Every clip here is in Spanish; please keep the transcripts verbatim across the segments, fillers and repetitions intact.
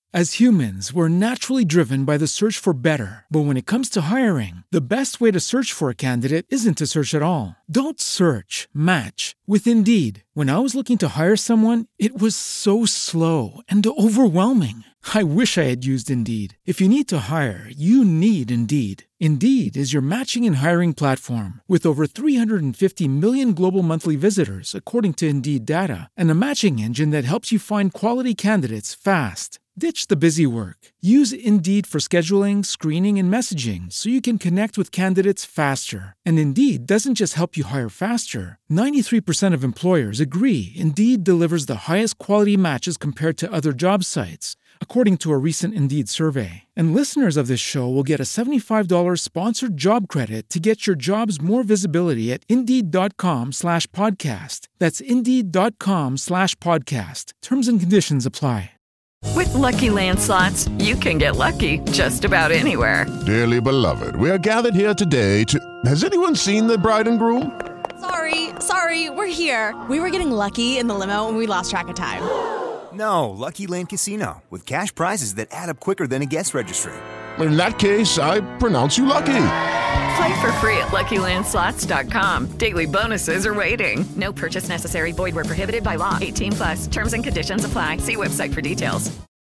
As humans, we're naturally driven by the search for better. But when it comes to hiring, the best way to search for a candidate isn't to search at all. Don't search, match with Indeed. When I was looking to hire someone, it was so slow and overwhelming. I wish I had used Indeed. If you need to hire, you need Indeed. Indeed is your matching and hiring platform with over three hundred fifty million global monthly visitors, according to Indeed data, and a matching engine that helps you find quality candidates fast. Ditch the busy work. Use Indeed for scheduling, screening, and messaging so you can connect with candidates faster. And Indeed doesn't just help you hire faster. ninety-three percent of employers agree Indeed delivers the highest quality matches compared to other job sites, according to a recent Indeed survey. And listeners of this show will get a seventy-five dollars sponsored job credit to get your jobs more visibility at Indeed.com slash podcast. That's Indeed.com slash podcast. Terms and conditions apply. With Lucky Land Slots, you can get lucky just about anywhere. Dearly beloved, we are gathered here today to... Has anyone seen the bride and groom? Sorry, sorry, we're here. We were getting lucky in the limo and we lost track of time. No, Lucky Land Casino, with cash prizes that add up quicker than a guest registry. In that case, I pronounce you lucky. Play for free at Lucky Land Slots dot com. Daily bonuses are waiting. No purchase necessary. Void where prohibited by law. eighteen plus. Terms and conditions apply. See website for details.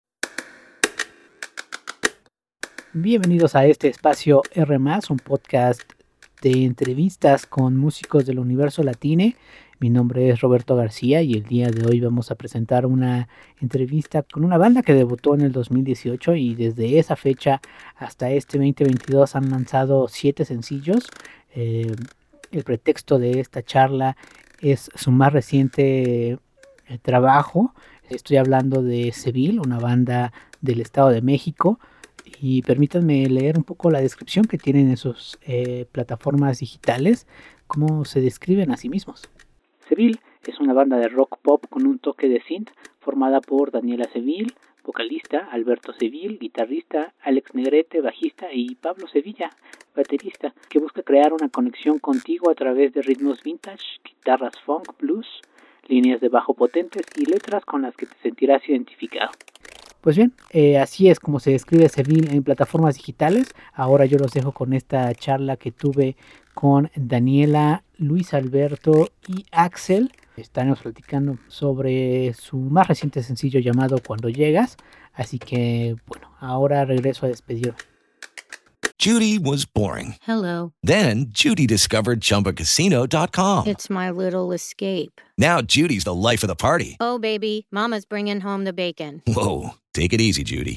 Bienvenidos a este espacio R más, un podcast de entrevistas con músicos del universo latine. Mi nombre es Roberto García y el día de hoy vamos a presentar una entrevista con una banda que debutó en el dos mil dieciocho y desde esa fecha hasta este veinte veintidós han lanzado siete sencillos. Eh, el pretexto de esta charla es su más reciente eh, trabajo. Estoy hablando de Seville, una banda del Estado de México. Y permítanme leer un poco la descripción que tienen en sus eh, plataformas digitales, cómo se describen a sí mismos. Seville es una banda de rock pop con un toque de synth formada por Daniela Seville, vocalista, Alberto Seville, guitarrista, Alex Negrete, bajista y Pablo Sevilla, baterista, que busca crear una conexión contigo a través de ritmos vintage, guitarras funk, blues, líneas de bajo potentes y letras con las que te sentirás identificado. Pues bien, eh, así es como se describe Seville en plataformas digitales. Ahora yo los dejo con esta charla que tuve con Daniela, Luis Alberto y Axel. Estamos platicando sobre su más reciente sencillo llamado Cuando Llegas. Así que, bueno, ahora regreso a despedirme. Judy was boring. Hello. Then Judy discovered Chumba Casino dot com. It's my little escape. Now Judy's the life of the party. Oh, baby, mama's bringing home the bacon. Whoa, take it easy, Judy.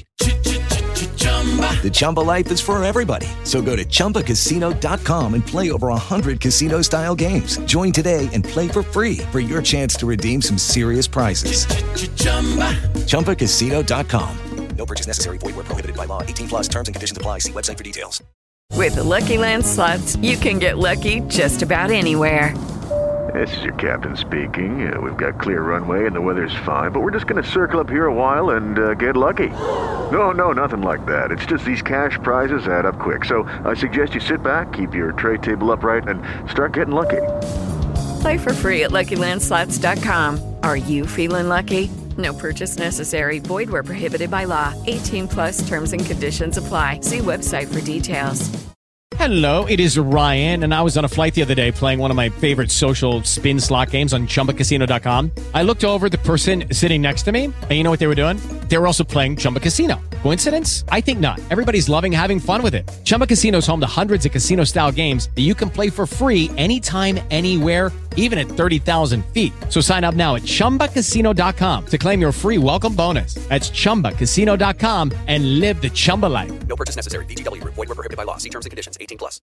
The Chumba life is for everybody. So go to Chumba Casino dot com and play over one hundred casino-style games. Join today and play for free for your chance to redeem some serious prizes. Chumba Casino dot com. No purchase necessary. Void where prohibited by law. eighteen plus terms and conditions apply. See website for details. With the Lucky Land Slots, you can get lucky just about anywhere. This is your captain speaking. Uh, we've got clear runway and the weather's fine, but we're just going to circle up here a while and uh, get lucky. No, no, nothing like that. It's just these cash prizes add up quick. So I suggest you sit back, keep your tray table upright, and start getting lucky. Play for free at Lucky Land Slots dot com. Are you feeling lucky? No purchase necessary. Void where prohibited by law. eighteen plus terms and conditions apply. See website for details. Hello, it is Ryan, and I was on a flight the other day playing one of my favorite social spin slot games on Chumba Casino dot com. I looked over at the person sitting next to me, and you know what they were doing? They were also playing Chumba Casino. Coincidence? I think not. Everybody's loving having fun with it. Chumba Casino is home to hundreds of casino-style games that you can play for free anytime, anywhere, even at thirty thousand feet. So sign up now at Chumba Casino dot com to claim your free welcome bonus. That's Chumba Casino dot com and live the Chumba life. No purchase necessary. V G W. Void where prohibited by law. See terms and conditions. eighteen plus.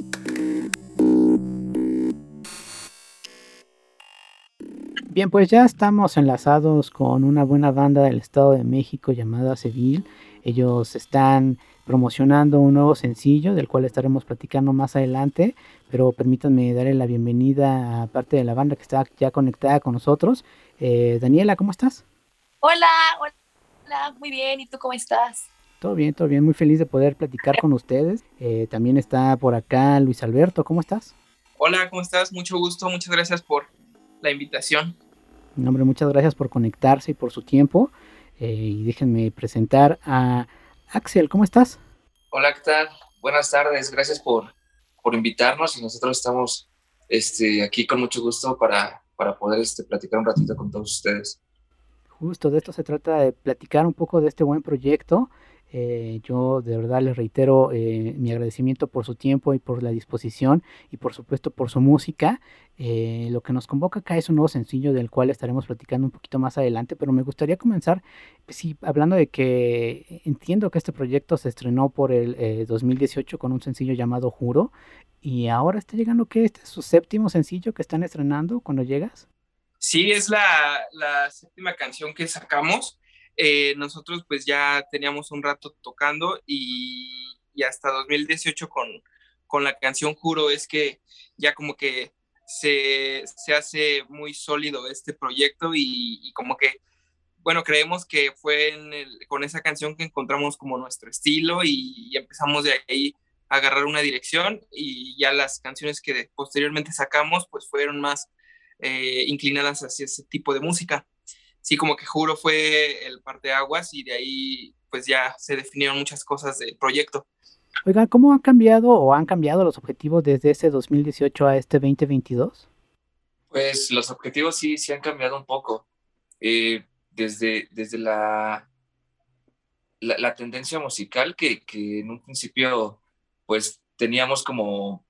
Bien, pues ya estamos enlazados con una buena banda del Estado de México llamada Seville. Ellos están promocionando un nuevo sencillo del cual estaremos platicando más adelante, pero permítanme darle la bienvenida a parte de la banda que está ya conectada con nosotros. Eh, Daniela, ¿cómo estás? Hola, hola, muy bien, ¿y tú cómo estás? Todo bien, todo bien, muy feliz de poder platicar con ustedes. Eh, también está por acá Luis Alberto, ¿cómo estás? Hola, ¿cómo estás? Mucho gusto, muchas gracias por la invitación. No, hombre, muchas gracias por conectarse y por su tiempo. Eh, y déjenme presentar a Axel, ¿cómo estás? Hola, ¿qué tal? Buenas tardes, gracias por, por invitarnos y nosotros estamos este, aquí con mucho gusto para, para poder este, platicar un ratito con todos ustedes. Justo de esto se trata, de platicar un poco de este buen proyecto. Eh, yo de verdad les reitero eh, mi agradecimiento por su tiempo y por la disposición y por supuesto por su música. Eh, lo que nos convoca acá es un nuevo sencillo del cual estaremos platicando un poquito más adelante, pero me gustaría comenzar pues, sí, hablando de que entiendo que este proyecto se estrenó por el eh, dos mil dieciocho con un sencillo llamado Juro y ahora está llegando, ¿qué? ¿Este es su séptimo sencillo que están estrenando cuando llegas? Sí, es la, la séptima canción que sacamos. Eh, nosotros pues ya teníamos un rato tocando y, y hasta dos mil dieciocho con, con la canción Juro es que ya como que se, se hace muy sólido este proyecto y, y como que, bueno, creemos que fue en el, con esa canción que encontramos como nuestro estilo y, y empezamos de ahí a agarrar una dirección y ya las canciones que posteriormente sacamos pues fueron más eh, inclinadas hacia ese tipo de música. Sí, como que Juro fue el parteaguas y de ahí pues ya se definieron muchas cosas del proyecto. Oigan, ¿cómo han cambiado o han cambiado los objetivos desde ese dos mil dieciocho a este veinte veintidós? Pues los objetivos sí, sí han cambiado un poco. Eh, desde, desde la, la, la tendencia musical que, que en un principio pues teníamos como,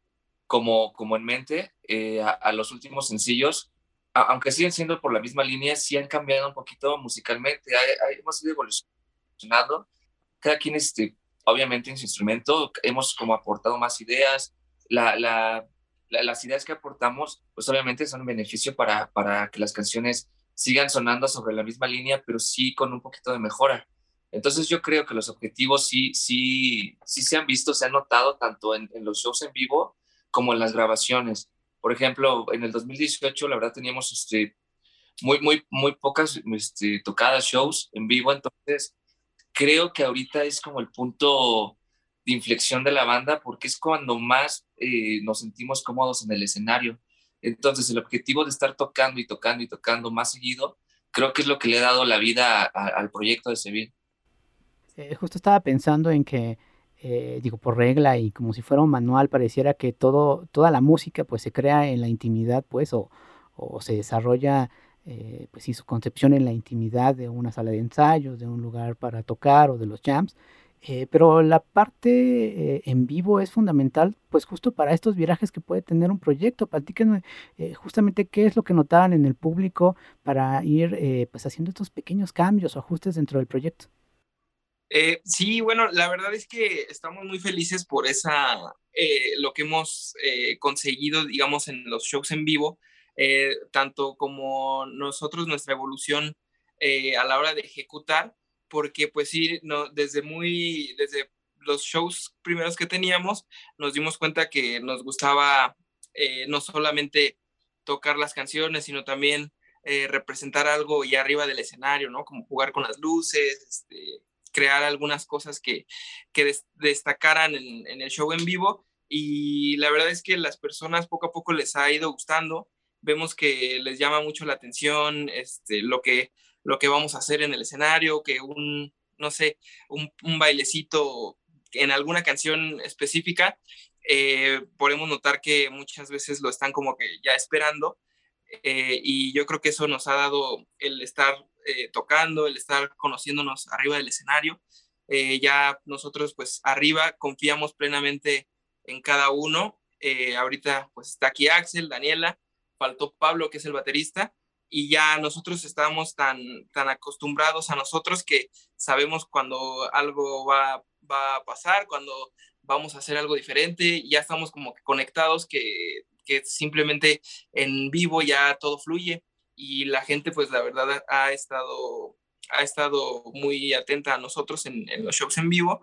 como, como en mente eh, a, a los últimos sencillos, a, aunque siguen siendo por la misma línea, sí han cambiado un poquito musicalmente, hay, hay, hemos ido evolucionando, cada quien este, obviamente en su instrumento, hemos como aportado más ideas, la, la, la, las ideas que aportamos pues obviamente son un beneficio para, para que las canciones sigan sonando sobre la misma línea, pero sí con un poquito de mejora. Entonces yo creo que los objetivos sí, sí, sí se han visto, se han notado tanto en, en los shows en vivo como en las grabaciones. Por ejemplo, en el dos mil dieciocho la verdad teníamos este, muy, muy, muy pocas este, tocadas, shows en vivo, entonces creo que ahorita es como el punto de inflexión de la banda porque es cuando más eh, nos sentimos cómodos en el escenario. Entonces el objetivo de estar tocando y tocando y tocando más seguido, creo que es lo que le ha dado la vida a, a, al proyecto de Seville. Eh, justo estaba pensando en que, eh, digo, por regla y como si fuera un manual, pareciera que todo, toda la música pues se crea en la intimidad, pues, o, o se desarrolla, eh, pues sí, su concepción en la intimidad de una sala de ensayos, de un lugar para tocar o de los jams. Eh, pero la parte eh, en vivo es fundamental, pues justo para estos virajes que puede tener un proyecto. Platíquenme eh, justamente qué es lo que notaban en el público para ir eh, pues haciendo estos pequeños cambios o ajustes dentro del proyecto. Eh, sí, bueno, la verdad es que estamos muy felices por esa, eh, lo que hemos eh, conseguido, digamos, en los shows en vivo, eh, tanto como nosotros, nuestra evolución eh, a la hora de ejecutar, porque pues sí, no, desde muy, desde los shows primeros que teníamos, nos dimos cuenta que nos gustaba eh, no solamente tocar las canciones, sino también eh, representar algo ya arriba del escenario, ¿no? Como jugar con las luces, este, crear algunas cosas que, que des, destacaran en, en el show en vivo y la verdad es que las personas poco a poco les ha ido gustando, vemos que les llama mucho la atención este, lo, que, lo que vamos a hacer en el escenario, que un, no sé, un, un bailecito en alguna canción específica, eh, podemos notar que muchas veces lo están como que ya esperando eh, y yo creo que eso nos ha dado el estar Eh, tocando, el estar conociéndonos arriba del escenario. Eh, ya nosotros pues arriba confiamos plenamente en cada uno. Eh, ahorita pues está aquí Axel, Daniela, faltó Pablo que es el baterista y ya nosotros estamos tan, tan acostumbrados a nosotros que sabemos cuando algo va, va a pasar, cuando vamos a hacer algo diferente, ya estamos como que conectados que, que simplemente en vivo ya todo fluye. Y la gente pues la verdad ha estado, ha estado muy atenta a nosotros en, en los shows en vivo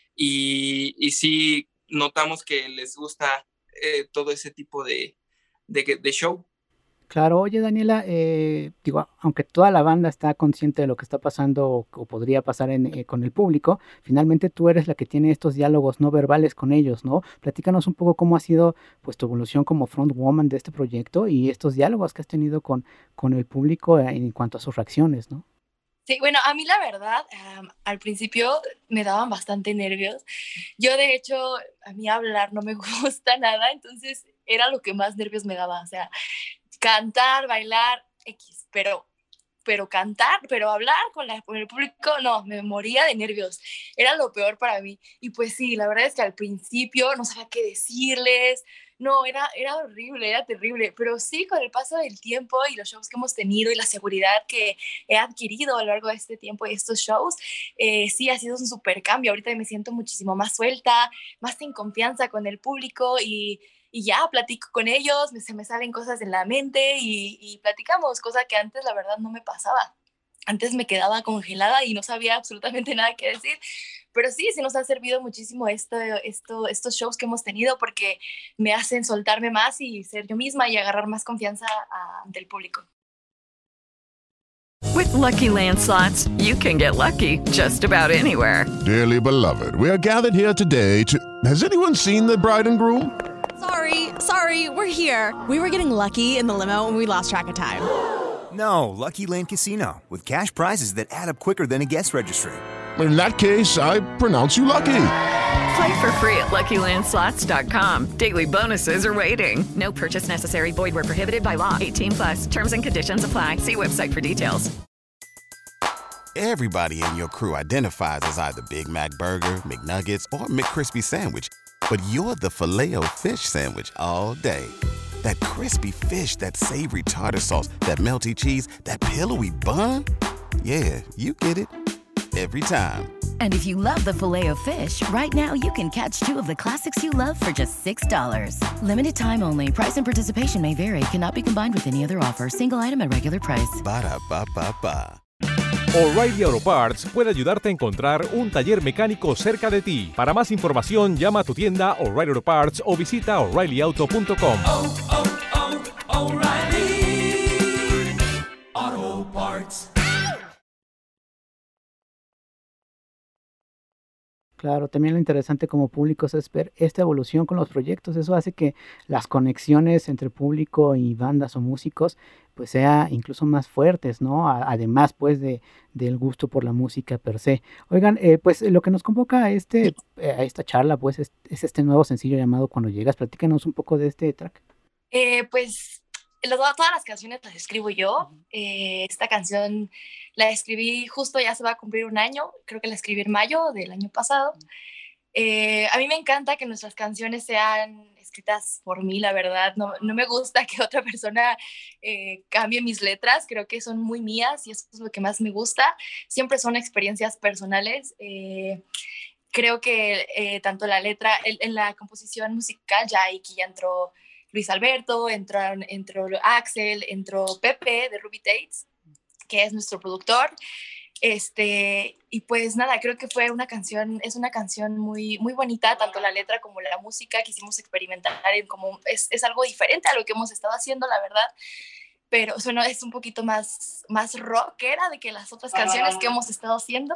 y, y sí notamos que les gusta eh, todo ese tipo de, de, de show. Claro, oye Daniela, eh, digo, aunque toda la banda está consciente de lo que está pasando o, o podría pasar en, eh, con el público, finalmente tú eres la que tiene estos diálogos no verbales con ellos, ¿no? Platícanos un poco cómo ha sido pues tu evolución como frontwoman de este proyecto y estos diálogos que has tenido con, con el público en cuanto a sus reacciones, ¿no? Sí, bueno, a mí la verdad, um, al principio me daban bastante nervios. Yo, de hecho, a mí hablar no me gusta nada, entonces era lo que más nervios me daba. O sea, cantar, bailar, X, pero, pero cantar, pero hablar con, la, con el público, no, me moría de nervios. Era lo peor para mí. Y pues sí, la verdad es que al principio no sabía qué decirles. No, era, era horrible, era terrible, pero sí, con el paso del tiempo y los shows que hemos tenido y la seguridad que he adquirido a lo largo de este tiempo y estos shows, eh, sí, ha sido un súper cambio. Ahorita me siento muchísimo más suelta, más en confianza con el público y, y ya platico con ellos, me, se me salen cosas en la mente y, y platicamos, cosa que antes la verdad no me pasaba. Antes me quedaba congelada y no sabía absolutamente nada que decir, pero sí, sí nos ha servido muchísimo esto, esto, estos shows que hemos tenido porque me hacen soltarme más y ser yo misma y agarrar más confianza a, ante el público. With Lucky Land Slots, you can get lucky just about anywhere. Dearly beloved, we are gathered here today to... Has anyone seen the bride and groom? Sorry, sorry, we're here. We were getting lucky in the limo and we lost track of time. No, Lucky Land Casino, with cash prizes that add up quicker than a guest registry. In that case, I pronounce you lucky. Play for free at Lucky Land Slots dot com. Daily bonuses are waiting. No purchase necessary. Void where prohibited by law. eighteen plus. Terms and conditions apply. See website for details. Everybody in your crew identifies as either Big Mac Burger, McNuggets, or McCrispy Sandwich. But you're the Filet-O-Fish Sandwich all day. That crispy fish, that savory tartar sauce, that melty cheese, that pillowy bun. Yeah, you get it. Every time. And if you love the Filet-O-Fish, right now you can catch two of the classics you love for just six dollars. Limited time only. Price and participation may vary. Cannot be combined with any other offer. Single item at regular price. Ba-da-ba-ba-ba. O'Reilly Auto Parts puede ayudarte a encontrar un taller mecánico cerca de ti. Para más información, llama a tu tienda O'Reilly Auto Parts o visita O'Reilly Auto punto com. Oh, oh, oh, O'Reilly Auto Parts. Claro, también lo interesante como públicos es ver esta evolución con los proyectos. Eso hace que las conexiones entre público y bandas o músicos pues sea incluso más fuertes, ¿no? A- además pues de, del gusto por la música per se. Oigan, eh, pues lo que nos convoca a, este, eh, a esta charla pues es, es este nuevo sencillo llamado Cuando Llegas. Platícanos un poco de este track. Eh, pues lo- todas las canciones las escribo yo. Eh, esta canción la escribí justo, ya se va a cumplir un año, creo que la escribí en mayo del año pasado. Eh, a mí me encanta que nuestras canciones sean escritas por mí, la verdad. No, no me gusta que otra persona eh, cambie mis letras, creo que son muy mías y eso es lo que más me gusta. Siempre son experiencias personales. Eh, creo que eh, tanto la letra, en, en la composición musical, ya aquí ya entró Luis Alberto, entró, entró Axel, entró Pepe de Ruby Tates, que es nuestro productor. Este, y pues nada, creo que fue una canción, es una canción muy, muy bonita, tanto la letra como la música. Quisimos experimentar en como, es, es algo diferente a lo que hemos estado haciendo, la verdad, pero bueno, es un poquito más, más rockera de que las otras canciones que hemos estado haciendo.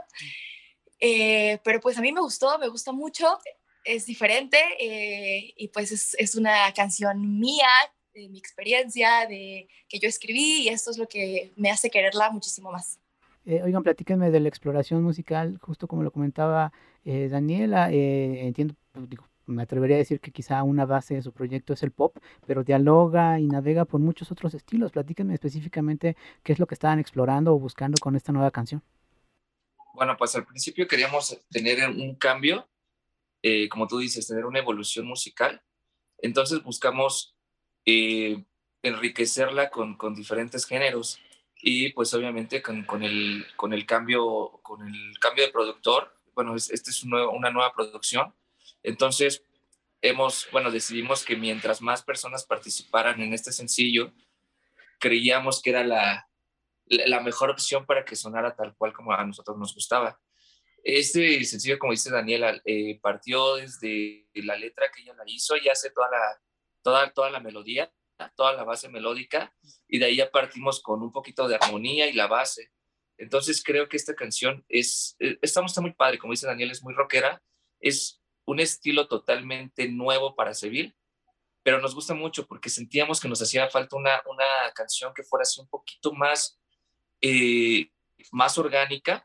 Eh, pero pues a mí me gustó, me gusta mucho, es diferente eh, y pues es, es una canción mía, de mi experiencia, de que yo escribí y esto es lo que me hace quererla muchísimo más. Eh, oigan, platíquenme de la exploración musical, justo como lo comentaba eh, Daniela. Eh, entiendo, pues, digo, me atrevería a decir que quizá una base de su proyecto es el pop, pero dialoga y navega por muchos otros estilos. Platíquenme específicamente qué es lo que estaban explorando o buscando con esta nueva canción. Bueno, pues al principio queríamos tener un cambio, eh, como tú dices, tener una evolución musical. Entonces buscamos eh, enriquecerla con, con diferentes géneros y pues obviamente con, con, el, con, el cambio, con el cambio de productor. Bueno, es, esta es un nuevo, una nueva producción. Entonces hemos, bueno, decidimos que mientras más personas participaran en este sencillo, creíamos que era la, la, la mejor opción para que sonara tal cual como a nosotros nos gustaba. Este sencillo, como dice Daniela, eh, partió desde la letra que ella la hizo y hace toda la, toda, toda la melodía, toda la base melódica, y de ahí ya partimos con un poquito de armonía y la base. Entonces creo que esta canción es, esta está muy padre, como dice Daniela, es muy rockera, es un estilo totalmente nuevo para Seville, pero nos gusta mucho porque sentíamos que nos hacía falta una, una canción que fuera así un poquito más, eh, más orgánica.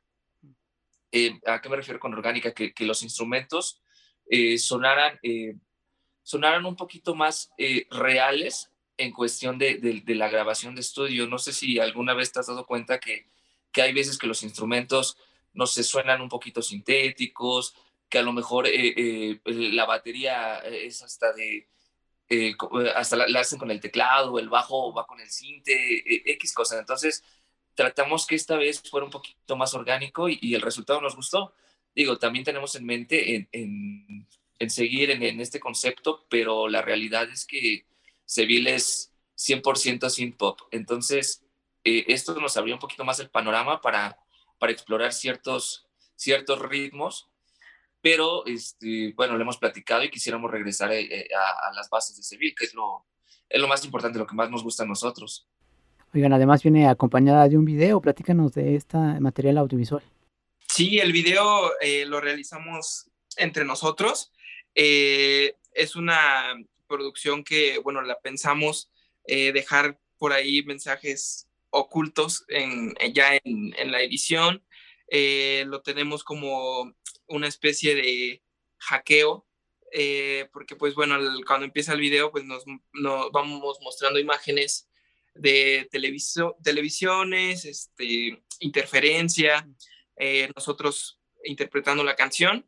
Eh, ¿A qué me refiero con orgánica? Que, que los instrumentos eh, sonaran, eh, sonaran un poquito más eh, reales en cuestión de, de, de la grabación de estudio. No sé si alguna vez te has dado cuenta que, que hay veces que los instrumentos no se suenan un poquito sintéticos, que a lo mejor eh, eh, la batería es hasta de... Eh, hasta la, la hacen con el teclado, el bajo va con el sinte, eh, X cosas. Entonces tratamos que esta vez fuera un poquito más orgánico y, y el resultado nos gustó. Digo, también tenemos en mente en, en, en seguir en, en este concepto, pero la realidad es que Seville es cien por ciento synth pop. Entonces eh, esto nos abrió un poquito más el panorama para, para explorar ciertos, ciertos ritmos, pero este, bueno, lo hemos platicado y quisiéramos regresar eh, a, a las bases de Seville, que es lo, es lo más importante, lo que más nos gusta a nosotros. Oigan, además viene acompañada de un video. Platícanos de este material audiovisual. Sí, el video eh, lo realizamos entre nosotros. Eh, es una producción que, bueno, la pensamos eh, dejar por ahí mensajes ocultos en, ya en, en la edición. Eh, lo tenemos como una especie de hackeo, eh, porque pues bueno, el, cuando empieza el video pues nos, nos vamos mostrando imágenes de televiso, televisiones, este, interferencia, eh, nosotros interpretando la canción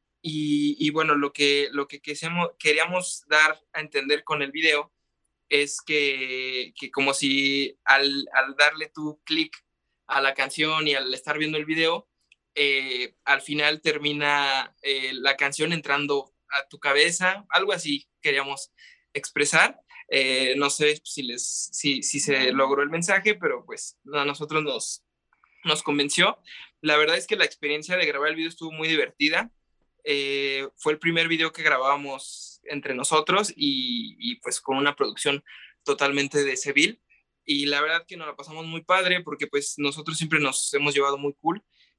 y, y bueno, lo que, lo que queríamos, queríamos dar a entender con el video es que, que como si al, al darle tu clic a la canción y al estar viendo el video, eh, al final termina eh, la canción entrando a tu cabeza, algo así queríamos expresar. Eh, no sé si, les, si, si se logró el mensaje, pero pues a nosotros nos, nos convenció. La verdad es que la experiencia de grabar el video estuvo muy divertida. Eh, fue el primer video que grabábamos entre nosotros y, y pues con una producción totalmente de Seville. Y la verdad que nos la pasamos muy padre porque pues nosotros siempre nos hemos llevado muy cool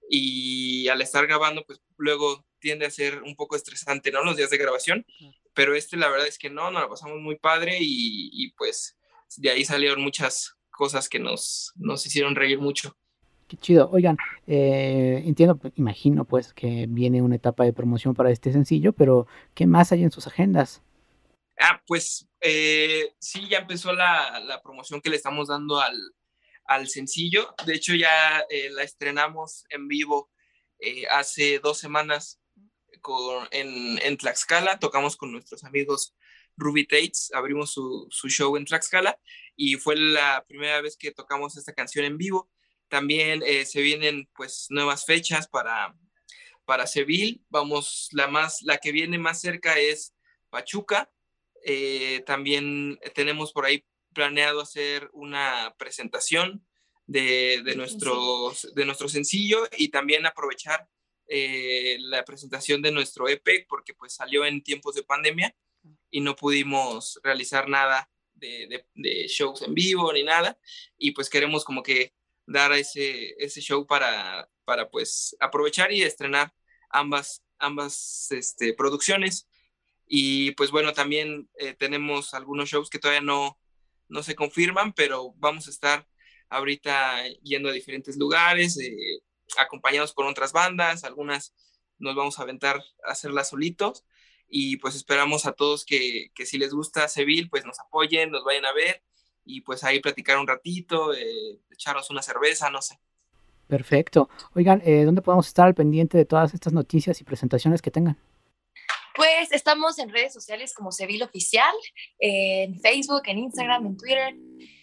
y al estar grabando pues luego tiende a ser un poco estresante, ¿no? Los días de grabación, pero este la verdad es que no, nos la pasamos muy padre y, y pues de ahí salieron muchas cosas que nos, nos hicieron reír mucho. Qué chido. Oigan, eh, entiendo, imagino pues que viene una etapa de promoción para este sencillo, pero ¿qué más hay en sus agendas? Ah, pues eh, sí, ya empezó la, la promoción que le estamos dando al, al sencillo. De hecho, ya eh, la estrenamos en vivo eh, hace dos semanas con, en, en Tlaxcala. Tocamos con nuestros amigos Ruby Tates, abrimos su, su show en Tlaxcala y fue la primera vez que tocamos esta canción en vivo. También eh, se vienen pues nuevas fechas para, para Seville. Vamos, la, más, la que viene más cerca es Pachuca. Eh, también tenemos por ahí planeado hacer una presentación de, de, nuestros, de nuestro sencillo y también aprovechar eh, la presentación de nuestro E P porque pues salió en tiempos de pandemia y no pudimos realizar nada de, de, de shows en vivo ni nada y pues queremos como que dar ese, ese show para, para pues aprovechar y estrenar ambas, ambas este, producciones. Y pues bueno, también eh, tenemos algunos shows que todavía no, no se confirman, pero vamos a estar ahorita yendo a diferentes lugares, eh, acompañados con otras bandas, algunas nos vamos a aventar a hacerlas solitos y pues esperamos a todos que, que si les gusta Seville, pues nos apoyen, nos vayan a ver y pues ahí platicar un ratito, eh, echarnos una cerveza, no sé. Perfecto. Oigan, eh, ¿dónde podemos estar al pendiente de todas estas noticias y presentaciones que tengan? Pues estamos en redes sociales como Seville Oficial, en Facebook, en Instagram, en Twitter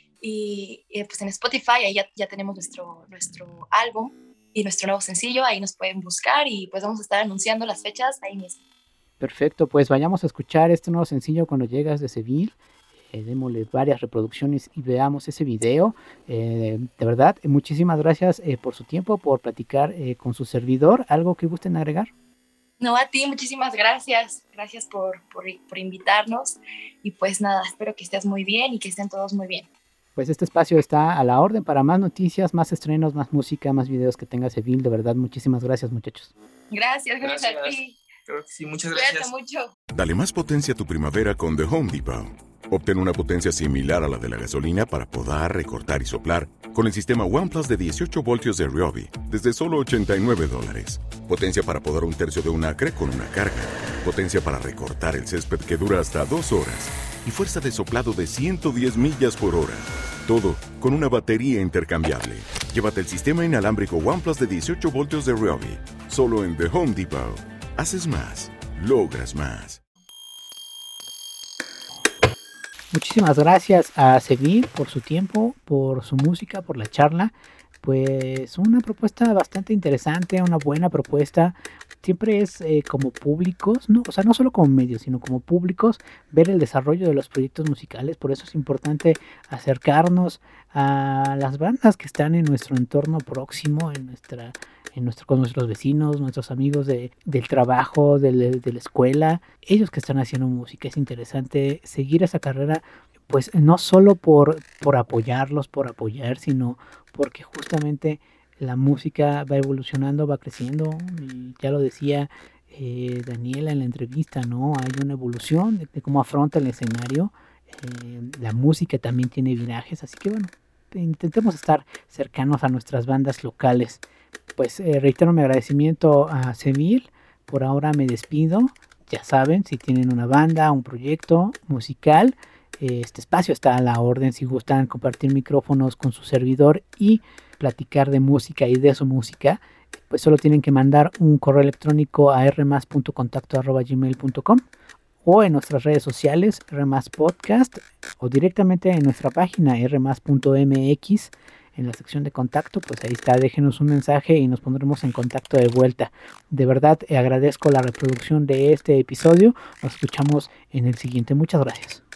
y, y pues en Spotify, ahí ya, ya tenemos nuestro, nuestro álbum y nuestro nuevo sencillo, ahí nos pueden buscar y pues vamos a estar anunciando las fechas ahí mismo. Perfecto, pues vayamos a escuchar este nuevo sencillo cuando llegas de Seville. Eh, démosle varias reproducciones y veamos ese video. Eh, de verdad, eh, muchísimas gracias eh, por su tiempo, por platicar eh, con su servidor. ¿Algo que gusten agregar? No, a ti, muchísimas gracias. Gracias por, por, por invitarnos. Y pues nada, espero que estés muy bien y que estén todos muy bien. Pues este espacio está a la orden para más noticias, más estrenos, más música, más videos que tenga Seville. De verdad, muchísimas gracias, muchachos. Gracias, gracias, Gracias. a ti. Creo que sí, muchas gracias. Cuídate mucho. Dale más potencia a tu primavera con The Home Depot. Obtén una potencia similar a la de la gasolina para podar, recortar y soplar con el sistema OnePlus de dieciocho voltios de Ryobi desde solo ochenta y nueve dólares. Potencia para podar un tercio de un acre con una carga. Potencia para recortar el césped que dura hasta dos horas. Y fuerza de soplado de ciento diez millas por hora. Todo con una batería intercambiable. Llévate el sistema inalámbrico OnePlus de dieciocho voltios de Ryobi. Solo en The Home Depot. Haces más. Logras más. Muchísimas gracias a Sevil por su tiempo, por su música, por la charla. Pues una propuesta bastante interesante, una buena propuesta. Siempre es eh, como públicos, no, o sea, no solo como medios, sino como públicos, ver el desarrollo de los proyectos musicales. Por eso es importante acercarnos a las bandas que están en nuestro entorno próximo, en nuestra, en nuestro, con nuestros vecinos, nuestros amigos de, del trabajo, de, de la escuela, ellos que están haciendo música. Es interesante seguir esa carrera, pues no solo por, por apoyarlos, por apoyar, sino porque justamente la música va evolucionando, va creciendo, y ya lo decía eh, Daniela en la entrevista, ¿no? Hay una evolución de, de cómo afronta el escenario, eh, la música también tiene virajes, así que bueno, intentemos estar cercanos a nuestras bandas locales. Pues eh, reitero mi agradecimiento a Sevil, por ahora me despido, ya saben, si tienen una banda, un proyecto musical, este espacio está a la orden si gustan compartir micrófonos con su servidor y platicar de música y de su música, pues solo tienen que mandar un correo electrónico a r mas punto contacto arroba gmail punto com o en nuestras redes sociales rmaspodcast o directamente en nuestra página r mas punto m x. En la sección de contacto, pues ahí está, déjenos un mensaje y nos pondremos en contacto de vuelta. De verdad, eh, agradezco la reproducción de este episodio. Nos escuchamos en el siguiente. Muchas gracias.